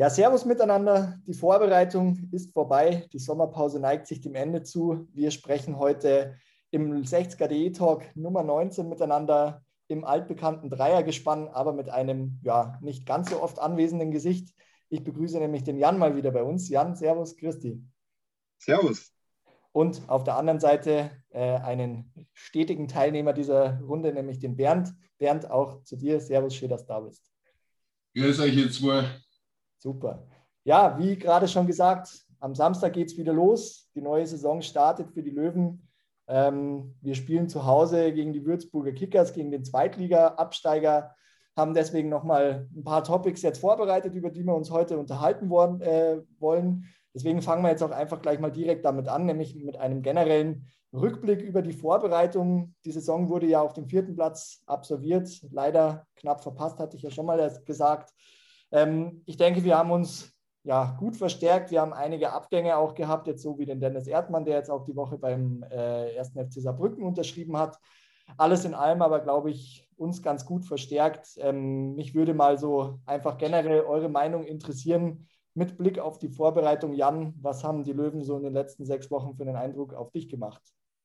Ja, servus miteinander. Die Vorbereitung ist vorbei. Die Sommerpause neigt sich dem Ende zu. Wir sprechen heute im 60er.de Talk Nummer 19 miteinander im altbekannten Dreiergespann, aber mit einem ja nicht ganz so oft anwesenden Gesicht. Ich begrüße nämlich den Jan mal wieder bei uns. Jan, servus, Christi. Servus. Und auf der anderen Seite einen stetigen Teilnehmer dieser Runde, nämlich den Bernd. Bernd, auch zu dir. Servus, schön, dass du da bist. Grüß euch jetzt mal. Super. Ja, wie gerade schon gesagt, am Samstag geht es wieder los. Die neue Saison startet für die Löwen. Wir spielen zu Hause gegen die Würzburger Kickers, gegen den Zweitliga-Absteiger, haben deswegen nochmal ein paar Topics jetzt vorbereitet, über die wir uns heute unterhalten wollen. Deswegen fangen wir jetzt auch einfach gleich mal direkt damit an, nämlich mit einem generellen Rückblick über die Vorbereitung. Die Saison wurde ja auf dem 4. Platz absolviert, leider knapp verpasst, hatte ich ja schon mal gesagt. Ich denke, wir haben uns ja gut verstärkt. Wir haben einige Abgänge auch gehabt, jetzt so wie den Dennis Erdmann, der jetzt auch die Woche beim 1. FC Saarbrücken unterschrieben hat. Alles in allem aber, glaube ich, uns ganz gut verstärkt. Mich würde mal so einfach generell eure Meinung interessieren mit Blick auf die Vorbereitung. Jan, was haben die Löwen so in den letzten 6 Wochen für einen Eindruck auf dich gemacht?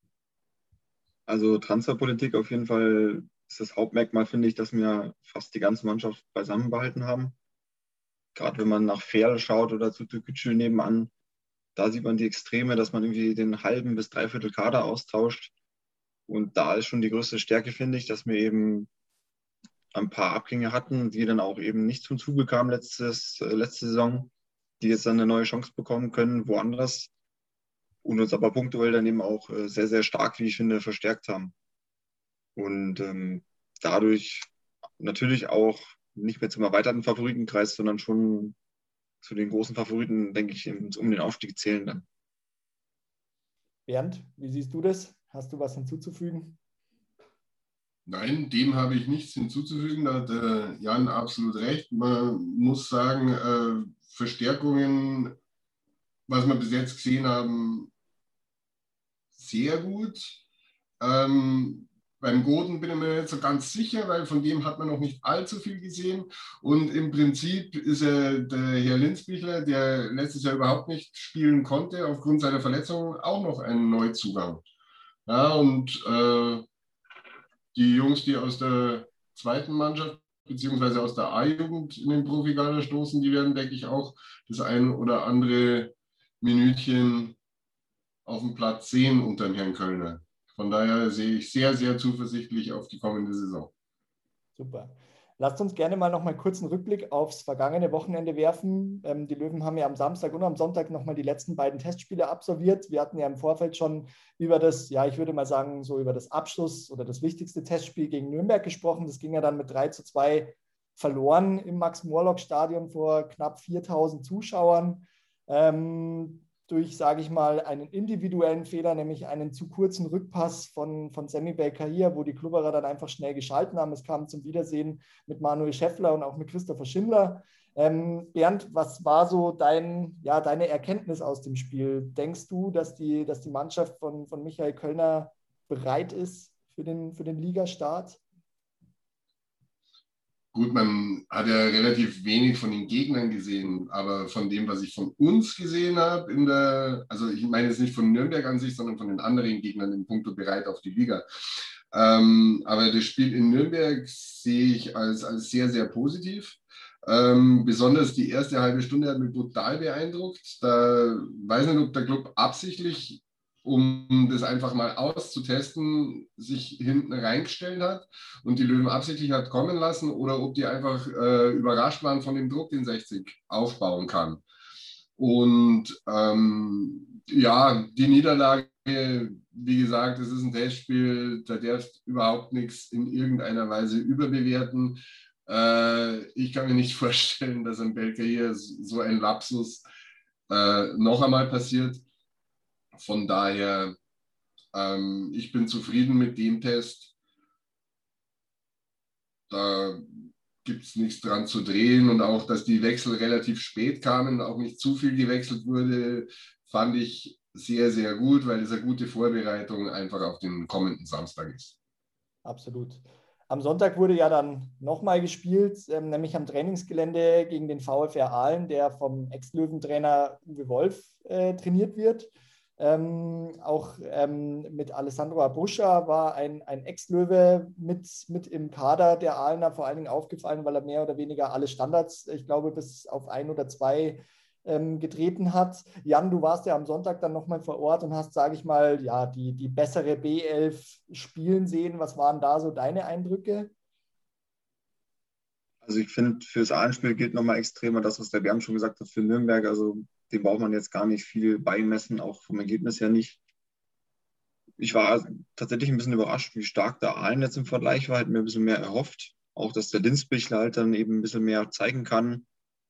Also Transferpolitik auf jeden Fall ist das Hauptmerkmal, finde ich, dass wir fast die ganze Mannschaft beisammen behalten haben. Gerade wenn man nach Ferl schaut oder zu Türkgücü nebenan, da sieht man die Extreme, dass man irgendwie den halben bis dreiviertel Kader austauscht. Und da ist schon die größte Stärke, finde ich, dass wir eben ein paar Abgänge hatten, die dann auch eben nicht zum Zuge kamen letzte Saison, die jetzt dann eine neue Chance bekommen können, woanders. Und uns aber punktuell dann eben auch sehr, sehr stark, wie ich finde, verstärkt haben. Und dadurch natürlich auch nicht mehr zum erweiterten Favoritenkreis, sondern schon zu den großen Favoriten, denke ich, um den Aufstieg zählen dann. Bernd, wie siehst du das? Hast du was hinzuzufügen? Nein, dem habe ich nichts hinzuzufügen. Da hat Jan absolut recht. Man muss sagen, Verstärkungen, was wir bis jetzt gesehen haben, sehr gut. Beim Goden bin ich mir nicht so ganz sicher, weil von dem hat man noch nicht allzu viel gesehen. Und im Prinzip ist der Herr Linzbichler, der letztes Jahr überhaupt nicht spielen konnte, aufgrund seiner Verletzung auch noch ein Neuzugang. Ja, und die Jungs, die aus der zweiten Mannschaft beziehungsweise aus der A-Jugend in den Profikader stoßen, die werden, denke ich, auch das ein oder andere Minütchen auf dem Platz sehen unter dem Herrn Kölner. Von daher sehe ich sehr, sehr zuversichtlich auf die kommende Saison. Super. Lasst uns gerne mal noch mal kurz einen Rückblick aufs vergangene Wochenende werfen. Die Löwen haben ja am Samstag und am Sonntag noch mal die letzten beiden Testspiele absolviert. Wir hatten ja im Vorfeld schon über das, ja, ich würde mal sagen, so über das Abschluss oder das wichtigste Testspiel gegen Nürnberg gesprochen. Das ging ja dann mit 3:2 verloren im Max-Morlock-Stadion vor knapp 4.000 Zuschauern. Durch, sage ich mal, einen individuellen Fehler, nämlich einen zu kurzen Rückpass von Sammy Baker hier, wo die Klubberer dann einfach schnell geschalten haben. Es kam zum Wiedersehen mit Manuel Schäffler und auch mit Christopher Schindler. Bernd, was war so deine Erkenntnis aus dem Spiel? Denkst du, dass die Mannschaft von Michael Kölner bereit ist für den Ligastart? Gut, man hat ja relativ wenig von den Gegnern gesehen, aber von dem, was ich von uns gesehen habe, also ich meine jetzt nicht von Nürnberg an sich, sondern von den anderen Gegnern in puncto bereit auf die Liga. Aber das Spiel in Nürnberg sehe ich als sehr, sehr positiv. Besonders die erste halbe Stunde hat mich brutal beeindruckt. Da weiß nicht, ob der Club absichtlich, um das einfach mal auszutesten, sich hinten reingestellt hat und die Löwen absichtlich hat kommen lassen oder ob die einfach überrascht waren von dem Druck, den 60 aufbauen kann. Und ja, die Niederlage, wie gesagt, es ist ein Testspiel, da darf überhaupt nichts in irgendeiner Weise überbewerten. Ich kann mir nicht vorstellen, dass am Belka hier so ein Lapsus noch einmal passiert. Von daher, ich bin zufrieden mit dem Test. Da gibt es nichts dran zu drehen. Und auch, dass die Wechsel relativ spät kamen, auch nicht zu viel gewechselt wurde, fand ich sehr, sehr gut, weil es eine gute Vorbereitung einfach auf den kommenden Samstag ist. Absolut. Am Sonntag wurde ja dann nochmal gespielt, nämlich am Trainingsgelände gegen den VfR Aalen, der vom Ex-Löwentrainer Uwe Wolf trainiert wird. Auch mit Alessandro Abuscha war ein Ex-Löwe mit im Kader der Aalener vor allen Dingen aufgefallen, weil er mehr oder weniger alle Standards, ich glaube, bis auf 1 oder 2 getreten hat. Jan, du warst ja am Sonntag dann nochmal vor Ort und hast, sage ich mal, ja, die bessere B11 spielen sehen. Was waren da so deine Eindrücke? Also ich finde, für das Ahlenspiel gilt nochmal extremer das, was der Bernd schon gesagt hat, für Nürnberg. Also dem braucht man jetzt gar nicht viel beimessen, auch vom Ergebnis her nicht. Ich war tatsächlich ein bisschen überrascht, wie stark der Aalen jetzt im Vergleich war. Hätte mir ein bisschen mehr erhofft. Auch, dass der Linzbichler halt dann eben ein bisschen mehr zeigen kann.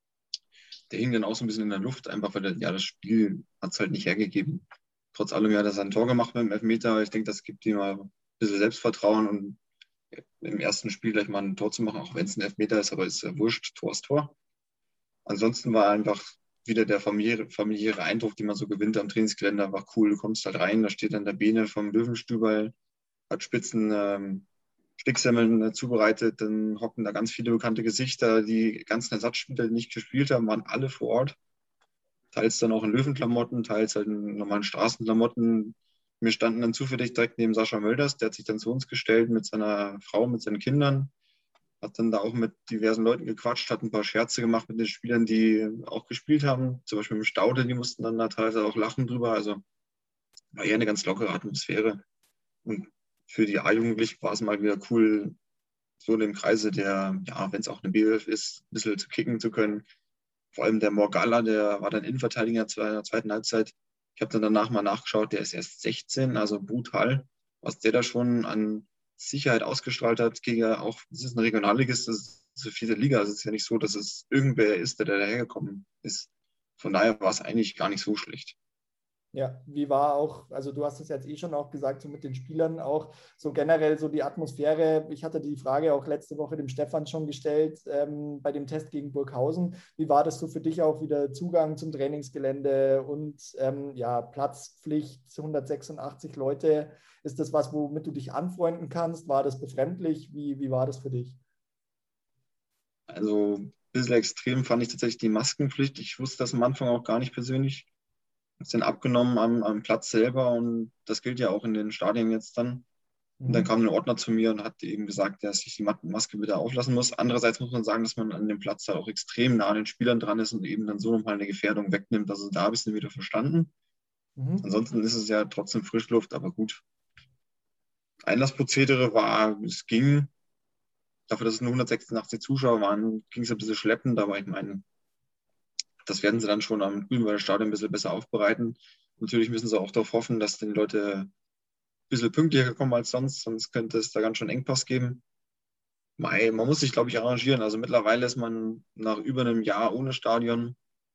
Der hing dann auch so ein bisschen in der Luft, einfach weil das Spiel hat es halt nicht hergegeben. Trotz allem hat er sein Tor gemacht mit dem Elfmeter. Ich denke, das gibt ihm mal ein bisschen Selbstvertrauen und im ersten Spiel gleich mal ein Tor zu machen, auch wenn es ein Elfmeter ist, aber ist ja wurscht, Tor ist Tor. Ansonsten war einfach wieder der familiäre Eindruck, den man so gewinnt am Trainingsgelände, war cool. Du kommst halt rein, da steht dann der Bene vom Löwenstüberl, hat spitzen Sticksemmeln zubereitet, dann hocken da ganz viele bekannte Gesichter. Die ganzen Ersatzspieler, die nicht gespielt haben, waren alle vor Ort. Teils dann auch in Löwenklamotten, teils halt in normalen Straßenklamotten. Wir standen dann zufällig direkt neben Sascha Mölders, der hat sich dann zu uns gestellt mit seiner Frau, mit seinen Kindern, hat dann da auch mit diversen Leuten gequatscht, hat ein paar Scherze gemacht mit den Spielern, die auch gespielt haben, zum Beispiel mit dem Staude, die mussten dann da teilweise auch lachen drüber, also war eher eine ganz lockere Atmosphäre. Und für die A-Jugendlichen war es mal wieder cool, so in dem Kreise der, ja, wenn es auch eine B11 ist, ein bisschen zu kicken zu können. Vor allem der Morgalla, der war dann Innenverteidiger in der zweiten Halbzeit. Ich habe dann danach mal nachgeschaut, der ist erst 16, also brutal, was der da schon an Sicherheit ausgestrahlt hat gegen auch, das ist ein Regionalligist, das ist eine 4. Liga. Es ist ja nicht so, dass es irgendwer ist, der dahergekommen ist. Von daher war es eigentlich gar nicht so schlecht. Ja, wie war auch, also du hast es jetzt schon auch gesagt, so mit den Spielern auch so generell so die Atmosphäre. Ich hatte die Frage auch letzte Woche dem Stefan schon gestellt bei dem Test gegen Burghausen. Wie war das so für dich auch wieder Zugang zum Trainingsgelände und ja, Platzpflicht, 186 Leute? Ist das was, womit du dich anfreunden kannst? War das befremdlich? Wie war das für dich? Also ein bisschen extrem fand ich tatsächlich die Maskenpflicht. Ich wusste das am Anfang auch gar nicht persönlich. Ist dann abgenommen am Platz selber und das gilt ja auch in den Stadien jetzt dann. Und dann kam ein Ordner zu mir und hat eben gesagt, dass ich die Maske bitte auflassen muss. Andererseits muss man sagen, dass man an dem Platz halt auch extrem nah an den Spielern dran ist und eben dann so nochmal eine Gefährdung wegnimmt. Also da habe ich es dann wieder verstanden. Ansonsten ist es ja trotzdem Frischluft, aber gut. Einlassprozedere war, es ging. Dafür, dass es nur 186 Zuschauer waren, ging es ein bisschen schleppend, aber ich meine, das werden sie dann schon am Grünwalder Stadion ein bisschen besser aufbereiten. Natürlich müssen sie auch darauf hoffen, dass die Leute ein bisschen pünktlicher kommen als sonst könnte es da ganz schön Engpass geben. Man muss sich, glaube ich, arrangieren. Also mittlerweile ist man nach über einem Jahr ohne Stadion,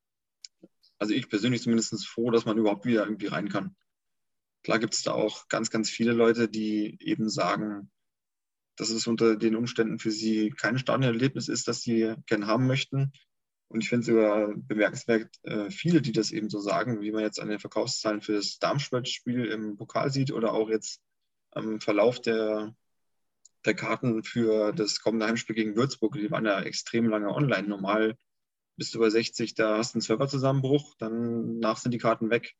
also ich persönlich zumindest froh, dass man überhaupt wieder irgendwie rein kann. Klar gibt es da auch ganz, ganz viele Leute, die eben sagen, dass es unter den Umständen für sie kein Stadionerlebnis ist, das sie gerne haben möchten. Und ich finde sogar bemerkenswert viele, die das eben so sagen, wie man jetzt an den Verkaufszahlen für das Darmstadt-Spiel im Pokal sieht oder auch jetzt am Verlauf der Karten für das kommende Heimspiel gegen Würzburg. Die waren ja extrem lange online. Normal bist du bei 60, da hast du einen Serverzusammenbruch, danach sind die Karten weg.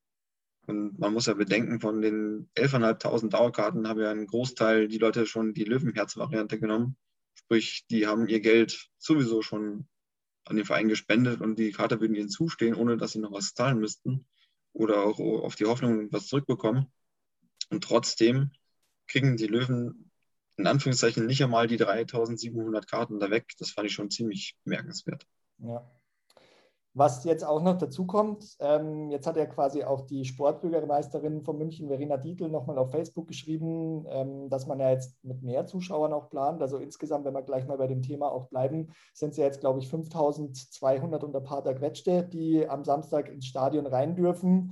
Und man muss ja bedenken, von den 11.500 Dauerkarten haben ja einen Großteil die Leute schon die Löwenherz-Variante genommen. Sprich, die haben ihr Geld sowieso schon an den Verein gespendet und die Karte würden ihnen zustehen, ohne dass sie noch was zahlen müssten oder auch auf die Hoffnung was zurückbekommen. Und trotzdem kriegen die Löwen in Anführungszeichen nicht einmal die 3.700 Karten da weg. Das fand ich schon ziemlich bemerkenswert. Ja. Was jetzt auch noch dazu kommt, jetzt hat ja quasi auch die Sportbürgermeisterin von München, Verena Dietl, nochmal auf Facebook geschrieben, dass man ja jetzt mit mehr Zuschauern auch plant. Also insgesamt, wenn wir gleich mal bei dem Thema auch bleiben, sind es ja jetzt, glaube ich, 5.200 und ein paar Quetschte, die am Samstag ins Stadion rein dürfen.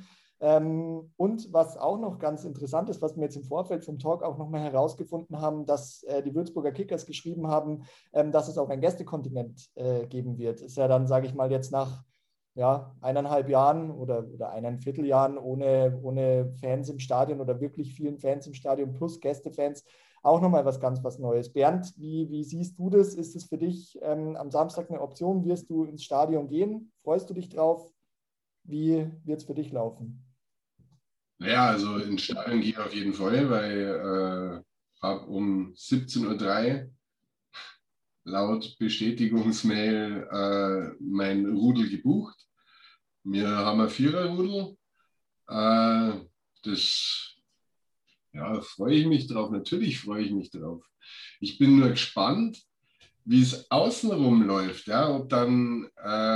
Und was auch noch ganz interessant ist, was wir jetzt im Vorfeld vom Talk auch nochmal herausgefunden haben, dass die Würzburger Kickers geschrieben haben, dass es auch ein Gästekontingent geben wird. Ist ja dann, sage ich mal, jetzt nach ja, 1,5 Jahren oder 1,25 Jahren ohne Fans im Stadion oder wirklich vielen Fans im Stadion plus Gästefans auch nochmal was Neues. Bernd, wie siehst du das? Ist es für dich am Samstag eine Option? Wirst du ins Stadion gehen? Freust du dich drauf? Wie wird es für dich laufen? Ja, also ins Stadion gehe ich auf jeden Fall, weil habe um 17:03 Uhr laut Bestätigungsmail mein Rudel gebucht. Wir haben ein Viererrudel. Das, ja, freue ich mich drauf. Natürlich freue ich mich drauf. Ich bin nur gespannt, wie es außenrum läuft, ja, ob dann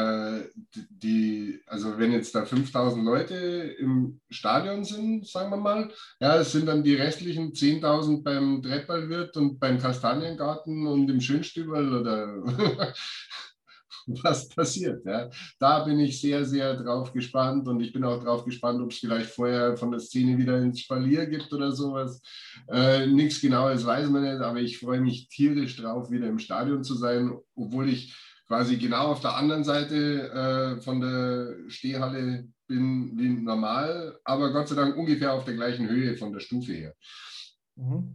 also wenn jetzt da 5.000 Leute im Stadion sind, sagen wir mal, ja, es sind dann die restlichen 10.000 beim Treppalwirt und beim Kastaniengarten und im Schönstüberl oder was passiert. Ja. Da bin ich sehr, sehr drauf gespannt und ich bin auch drauf gespannt, ob es vielleicht vorher von der Szene wieder ins Spalier gibt oder sowas. Nichts Genaues weiß man nicht, aber ich freue mich tierisch drauf, wieder im Stadion zu sein, obwohl ich quasi genau auf der anderen Seite von der Stehhalle bin wie normal, aber Gott sei Dank ungefähr auf der gleichen Höhe von der Stufe her. Mhm.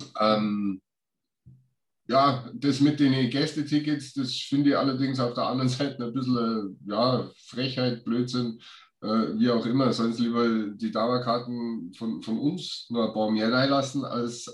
Ja, das mit den Gästetickets, das finde ich allerdings auf der anderen Seite ein bisschen ja, Frechheit, Blödsinn, wie auch immer. Sollen sie lieber die Dauerkarten von uns nur ein paar mehr reinlassen, als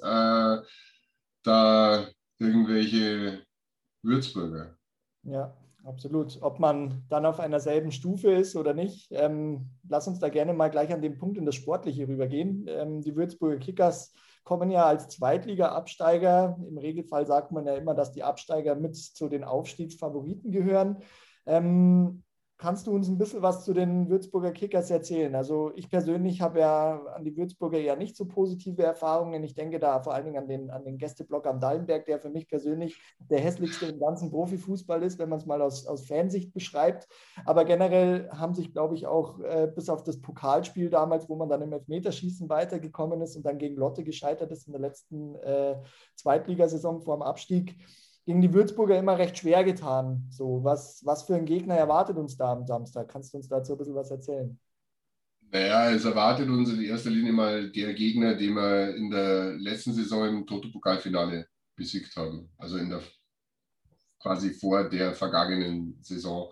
da irgendwelche Würzburger. Ja, absolut. Ob man dann auf einer selben Stufe ist oder nicht, lass uns da gerne mal gleich an den Punkt in das Sportliche rübergehen. Die Würzburger Kickers kommen ja als Zweitliga-Absteiger. Im Regelfall sagt man ja immer, dass die Absteiger mit zu den Aufstiegsfavoriten gehören. Kannst du uns ein bisschen was zu den Würzburger Kickers erzählen? Also ich persönlich habe ja an die Würzburger ja nicht so positive Erfahrungen. Ich denke da vor allen Dingen an den Gästeblock am Dallenberg, der für mich persönlich der hässlichste im ganzen Profifußball ist, wenn man es mal aus Fansicht beschreibt. Aber generell haben sich, glaube ich, auch bis auf das Pokalspiel damals, wo man dann im Elfmeterschießen weitergekommen ist und dann gegen Lotte gescheitert ist in der letzten Zweitligasaison vor dem Abstieg, gegen die Würzburger immer recht schwer getan. So, was für ein Gegner erwartet uns da am Samstag? Kannst du uns dazu ein bisschen was erzählen? Naja, es erwartet uns in erster Linie mal der Gegner, den wir in der letzten Saison im Toto-Pokalfinale besiegt haben. Also quasi vor der vergangenen Saison.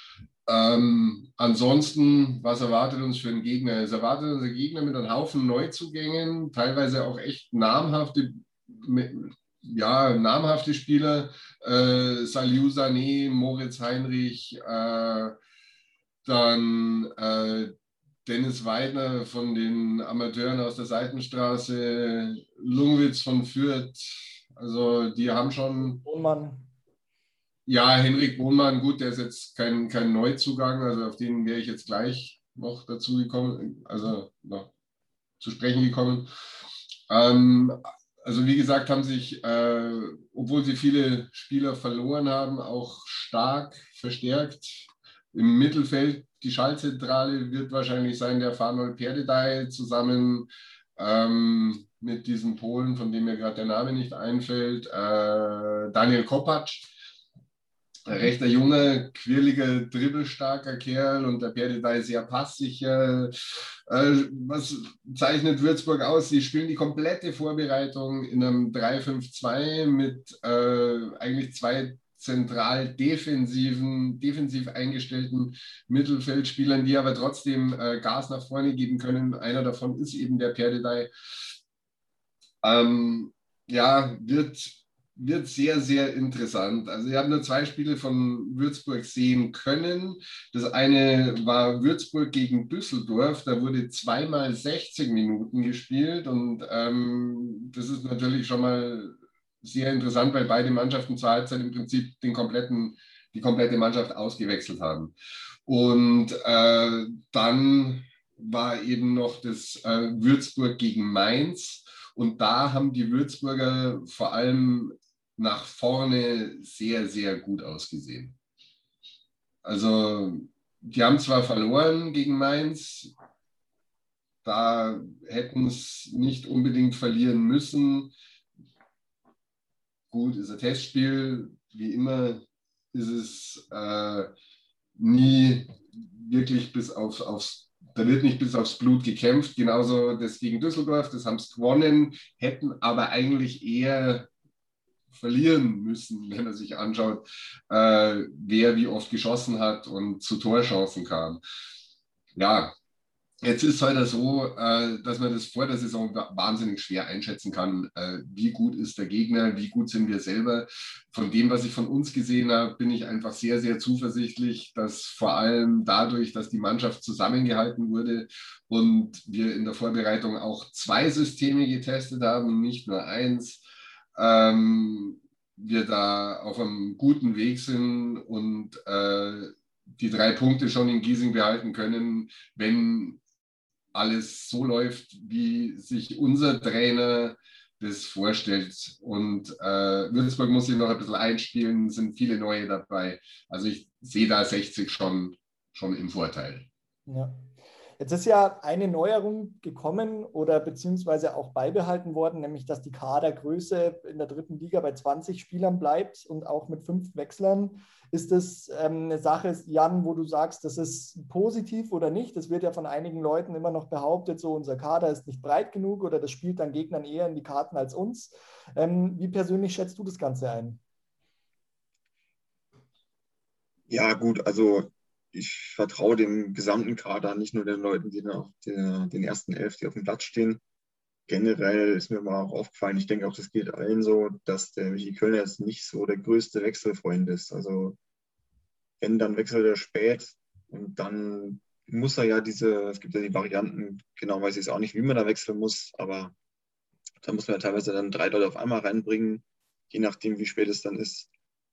Ansonsten, was erwartet uns für einen Gegner? Es erwartet uns ein Gegner mit einem Haufen Neuzugängen, teilweise auch echt namhafte Spieler. Saliou Sané, Moritz Heinrich, dann Dennis Weidner von den Amateuren aus der Seitenstraße, Lungwitz von Fürth. Also die haben schon. Bohnmann. Ja, Henrik Bohnmann, gut, der ist jetzt kein Neuzugang, also auf den wäre ich jetzt gleich noch dazu gekommen, also noch zu sprechen gekommen. Ähm, also wie gesagt, haben sich, obwohl sie viele Spieler verloren haben, auch stark verstärkt. Im Mittelfeld, die Schaltzentrale wird wahrscheinlich sein der Farnol Perdedei zusammen mit diesem Polen, von dem mir gerade der Name nicht einfällt, Daniel Kopacz. Ein rechter junge, quirliger, dribbelstarker Kerl und der Perdedei sehr passsicher. Was zeichnet Würzburg aus? Sie spielen die komplette Vorbereitung in einem 3-5-2 mit eigentlich zwei zentral defensiv eingestellten Mittelfeldspielern, die aber trotzdem Gas nach vorne geben können. Einer davon ist eben der Perdedei. Ja, wird sehr, sehr interessant. Also ich habe nur 2 Spiele von Würzburg sehen können. Das eine war Würzburg gegen Düsseldorf. Da wurde zweimal 60 Minuten gespielt und das ist natürlich schon mal sehr interessant, weil beide Mannschaften zur Halbzeit im Prinzip die komplette Mannschaft ausgewechselt haben. Und dann war eben noch das Würzburg gegen Mainz. Und da haben die Würzburger vor allem nach vorne sehr, sehr gut ausgesehen. Also, die haben zwar verloren gegen Mainz, da hätten es nicht unbedingt verlieren müssen. Gut, ist ein Testspiel, wie immer ist es nie wirklich da wird nicht bis aufs Blut gekämpft. Genauso das gegen Düsseldorf, das haben sie gewonnen, hätten aber eigentlich eher verlieren müssen, wenn man sich anschaut, wer wie oft geschossen hat und zu Torchancen kam. Ja, jetzt ist es halt so, dass man das vor der Saison wahnsinnig schwer einschätzen kann. Wie gut ist der Gegner, wie gut sind wir selber. Von dem, was ich von uns gesehen habe, bin ich einfach sehr, sehr zuversichtlich, dass vor allem dadurch, dass die Mannschaft zusammengehalten wurde und wir in der Vorbereitung auch 2 Systeme getestet haben, nicht nur eins, wir da auf einem guten Weg sind und die 3 Punkte schon in Giesing behalten können, wenn alles so läuft, wie sich unser Trainer das vorstellt. Und Würzburg muss sich noch ein bisschen einspielen, sind viele neue dabei. Also ich sehe da 60 schon im Vorteil. Ja. Jetzt ist ja eine Neuerung gekommen oder beziehungsweise auch beibehalten worden, nämlich dass die Kadergröße in der 3. Liga bei 20 Spielern bleibt und auch mit 5 Wechslern. Ist das eine Sache, Jan, wo du sagst, das ist positiv oder nicht? Das wird ja von einigen Leuten immer noch behauptet, so unser Kader ist nicht breit genug oder das spielt dann Gegnern eher in die Karten als uns. Wie persönlich schätzt du das Ganze ein? Ja, gut, also ich vertraue dem gesamten Kader, nicht nur den Leuten, die auf den ersten 11, die auf dem Platz stehen. Generell ist mir mal auch aufgefallen, ich denke auch, das geht allen so, dass der Michi Kölner jetzt nicht so der größte Wechselfreund ist. Also wenn, dann wechselt er spät und dann muss er ja es gibt ja die Varianten, genau weiß ich es auch nicht, wie man da wechseln muss, aber da muss man ja teilweise dann 3 Leute auf einmal reinbringen, je nachdem, wie spät es dann ist.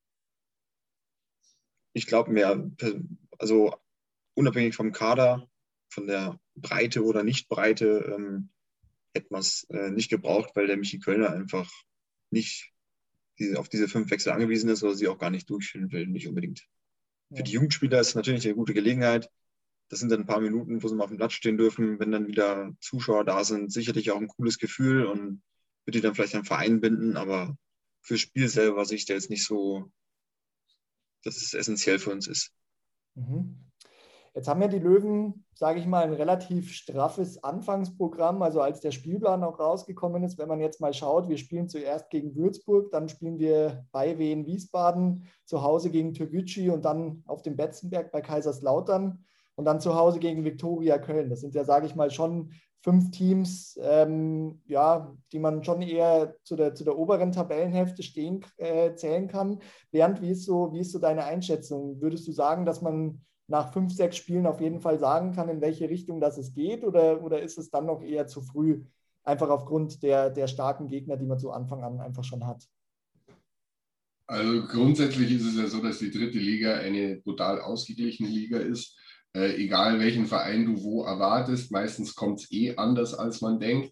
Ich glaube mehr, also unabhängig vom Kader, von der Breite oder Nicht-Breite, hätte man es nicht gebraucht, weil der Michi Kölner einfach nicht auf diese 5 Wechsel angewiesen ist oder sie auch gar nicht durchführen will, nicht unbedingt. Ja. Für die Jugendspieler ist es natürlich eine gute Gelegenheit. Das sind dann ein paar Minuten, wo sie mal auf dem Platz stehen dürfen, wenn dann wieder Zuschauer da sind. Sicherlich auch ein cooles Gefühl und wird die dann vielleicht am Verein binden, aber fürs Spiel selber sehe ich da jetzt nicht so, dass es essentiell für uns ist. Mhm. Jetzt haben ja die Löwen, sage ich mal, ein relativ straffes Anfangsprogramm. Also als der Spielplan auch rausgekommen ist, wenn man jetzt mal schaut, wir spielen zuerst gegen Würzburg, dann spielen wir bei Wien Wiesbaden, zu Hause gegen Türkgücü und dann auf dem Betzenberg bei Kaiserslautern und dann zu Hause gegen Viktoria Köln. Das sind ja, sage ich mal, schon 5 Teams, ja, die man schon eher zu der oberen Tabellenhälfte zählen kann. Bernd, wie ist so deine Einschätzung? Würdest du sagen, dass man nach 5, 6 Spielen auf jeden Fall sagen kann, in welche Richtung das es geht? Oder ist es dann noch eher zu früh, einfach aufgrund der starken Gegner, die man zu Anfang an einfach schon hat? Also grundsätzlich ist es ja so, dass die 3. Liga eine brutal ausgeglichene Liga ist. Egal welchen Verein du wo erwartest, meistens kommt es anders, als man denkt.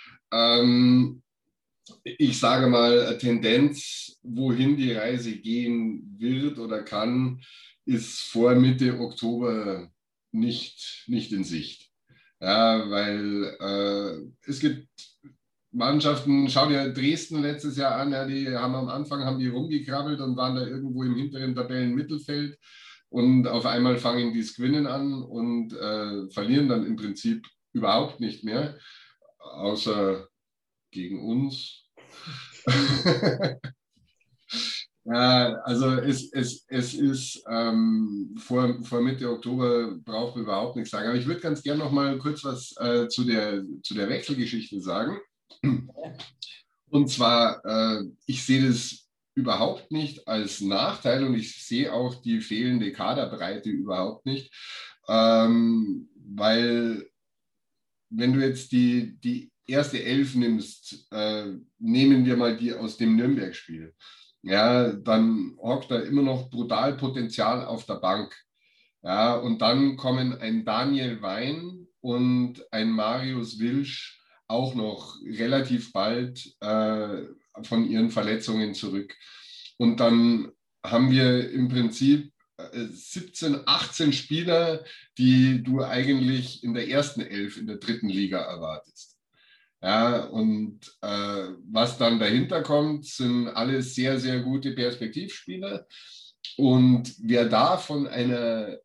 Ich sage mal, eine Tendenz, wohin die Reise gehen wird oder kann, ist vor Mitte Oktober nicht in Sicht. Ja, weil es gibt Mannschaften, schau dir Dresden letztes Jahr an, ja, die haben am Anfang rumgekrabbelt und waren da irgendwo im hinteren Tabellenmittelfeld und auf einmal fangen die das Gewinnen an und verlieren dann im Prinzip überhaupt nicht mehr, außer gegen uns. Ja, also es ist vor Mitte Oktober braucht man überhaupt nichts sagen. Aber ich würde ganz gerne noch mal kurz was zu der Wechselgeschichte sagen. Und zwar, ich sehe das überhaupt nicht als Nachteil und ich sehe auch die fehlende Kaderbreite überhaupt nicht, weil wenn du jetzt die erste 11 nimmst, nehmen wir mal die aus dem Nürnberg-Spiel. Ja, dann hockt da immer noch brutal Potenzial auf der Bank. Ja, und dann kommen ein Daniel Wein und ein Marius Wilsch auch noch relativ bald von ihren Verletzungen zurück. Und dann haben wir im Prinzip 17, 18 Spieler, die du eigentlich in der ersten 11 in der 3. Liga erwartest. Ja, und was dann dahinter kommt, sind alles sehr, sehr gute Perspektivspieler. Und wer da von einer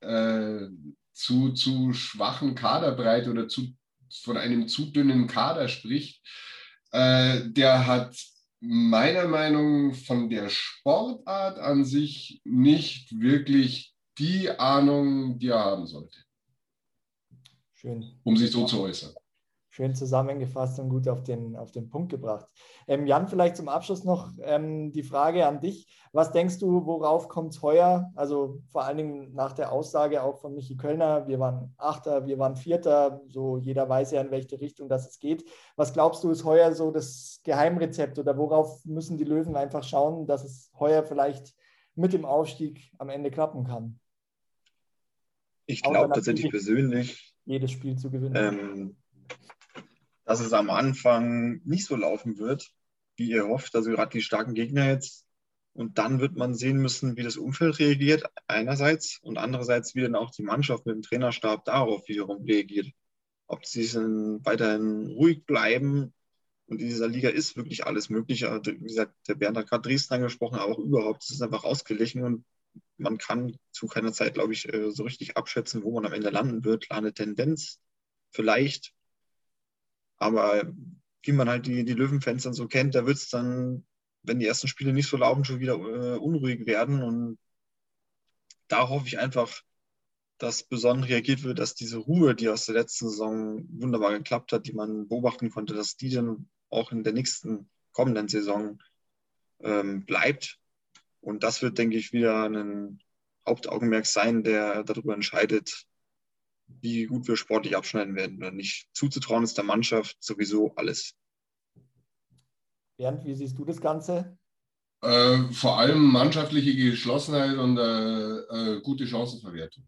zu schwachen Kaderbreite oder von einem zu dünnen Kader spricht, der hat meiner Meinung nach von der Sportart an sich nicht wirklich die Ahnung, die er haben sollte. Schön. Um sich so zu äußern. Schön zusammengefasst und gut auf den Punkt gebracht. Jan, vielleicht zum Abschluss noch die Frage an dich. Was denkst du, worauf kommt es heuer? Also vor allen Dingen nach der Aussage auch von Michi Kölner, wir waren Achter, wir waren Vierter, so jeder weiß ja, in welche Richtung das es geht. Was glaubst du, ist heuer so das Geheimrezept oder worauf müssen die Löwen einfach schauen, dass es heuer vielleicht mit dem Aufstieg am Ende klappen kann? Ich glaube tatsächlich persönlich, jedes Spiel zu gewinnen. Dass es am Anfang nicht so laufen wird, wie ihr hofft, also gerade die starken Gegner jetzt. Und dann wird man sehen müssen, wie das Umfeld reagiert, einerseits, und andererseits, wie dann auch die Mannschaft mit dem Trainerstab darauf wiederum reagiert. Ob sie dann weiterhin ruhig bleiben. Und in dieser Liga ist wirklich alles möglich. Also, wie gesagt, der Bernd hat gerade Dresden angesprochen, aber auch überhaupt, es ist einfach ausgeglichen und man kann zu keiner Zeit, glaube ich, so richtig abschätzen, wo man am Ende landen wird. Klar, eine Tendenz vielleicht. Aber wie man halt die Löwenfans dann so kennt, da wird es dann, wenn die ersten Spiele nicht so laufen, schon wieder unruhig werden. Und da hoffe ich einfach, dass besonnen reagiert wird, dass diese Ruhe, die aus der letzten Saison wunderbar geklappt hat, die man beobachten konnte, dass die dann auch in der nächsten kommenden Saison bleibt. Und das wird, denke ich, wieder ein Hauptaugenmerk sein, der darüber entscheidet, wie gut wir sportlich abschneiden werden oder nicht. Zuzutrauen ist der Mannschaft sowieso alles. Bernd, wie siehst du das Ganze? Vor allem mannschaftliche Geschlossenheit und gute Chancenverwertung.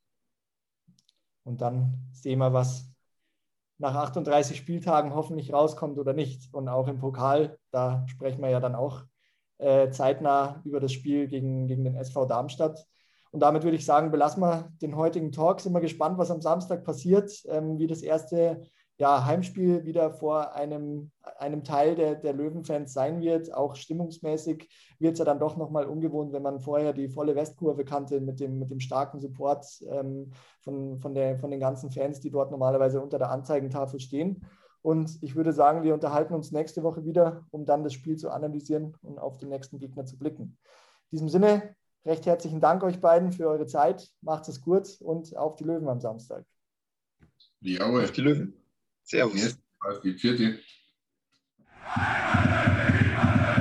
Und dann sehen wir, was nach 38 Spieltagen hoffentlich rauskommt oder nicht. Und auch im Pokal, da sprechen wir ja dann auch zeitnah über das Spiel gegen den SV Darmstadt. Und damit würde ich sagen, belassen wir den heutigen Talk. Sind wir gespannt, was am Samstag passiert, wie das erste Heimspiel wieder vor einem Teil der Löwenfans sein wird. Auch stimmungsmäßig wird es ja dann doch nochmal ungewohnt, wenn man vorher die volle Westkurve kannte mit dem starken Support von den ganzen Fans, die dort normalerweise unter der Anzeigentafel stehen. Und ich würde sagen, wir unterhalten uns nächste Woche wieder, um dann das Spiel zu analysieren und auf den nächsten Gegner zu blicken. In diesem Sinne, recht herzlichen Dank euch beiden für eure Zeit. Macht es gut und auf die Löwen am Samstag. Jawohl. Auf die Löwen. Servus. Yes, auf die Vierte.